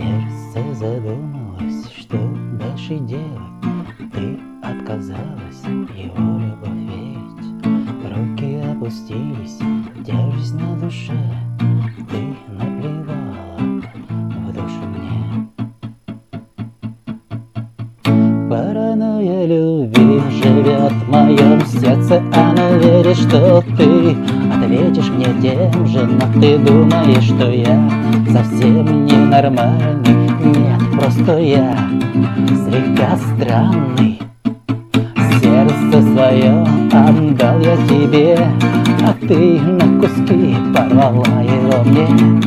Сердце задумалось, что дальше делать. Ты отказалась его любовь верить. Руки опустились, тяжесть на душе. Ты наплевала в душу мне. Паранойя любви живет в моем сердце. Оно верит, что ты ответишь мне тем же. Но ты думаешь, что я совсем ненормальный. Нет, просто я слегка странный. Сердце свое отдал я тебе, а ты на куски порвала его мне.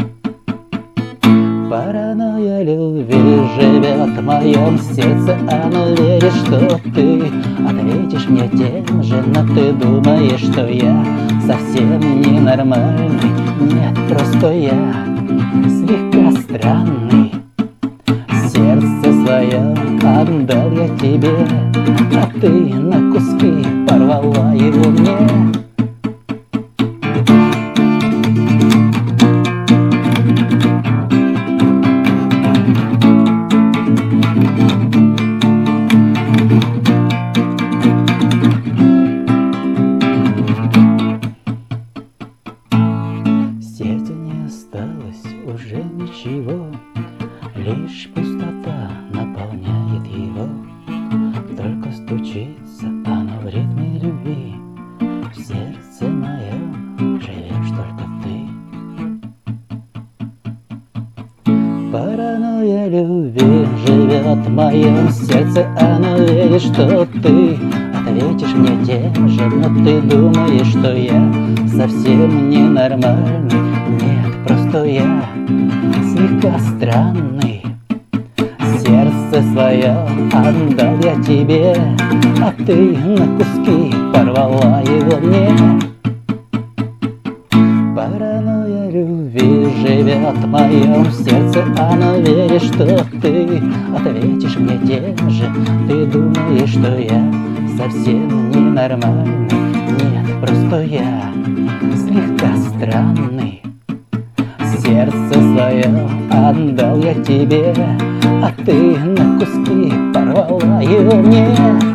Паранойя любви живет в моем сердце. Оно верит, что ты ответишь мне тем же. Но ты думаешь, что я совсем ненормальный. Нет, просто я слегка странный. Сердце свое отдал я тебе, а ты на куски порвала его мне. Сердцу не осталось уже ничего, лишь пустота наполняет его. Только стучится оно в ритме любви. В сердце моем живешь только ты. Паранойя любви живет в моем сердце. Оно верит, что ты ответишь мне тем же. Но ты думаешь, что я совсем ненормальный. Нет, просто я слегка странный. Сердце свое отдал я тебе, а ты на куски порвала его мне. Паранойя любви живет в моем сердце. Оно верит, что ты ответишь мне тем же. Ты думаешь, что я совсем ненормальный. Нет, просто я слегка странный. Сердце свое отдал я тебе, а ты на куски порвала его мне.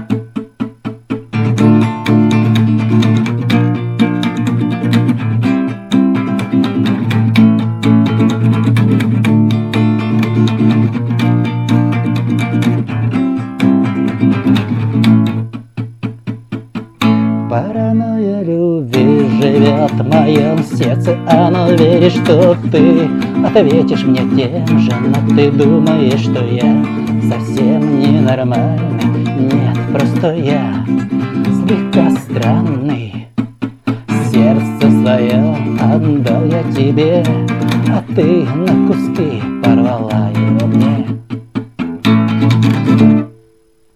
Паранойя любви живет в моем сердце. Оно верит, что ты ответишь мне тем же. Но ты думаешь, что я совсем ненормальный. Нет, просто я слегка странный. Сердце свое отдал я тебе, а ты на куски порвала его мне.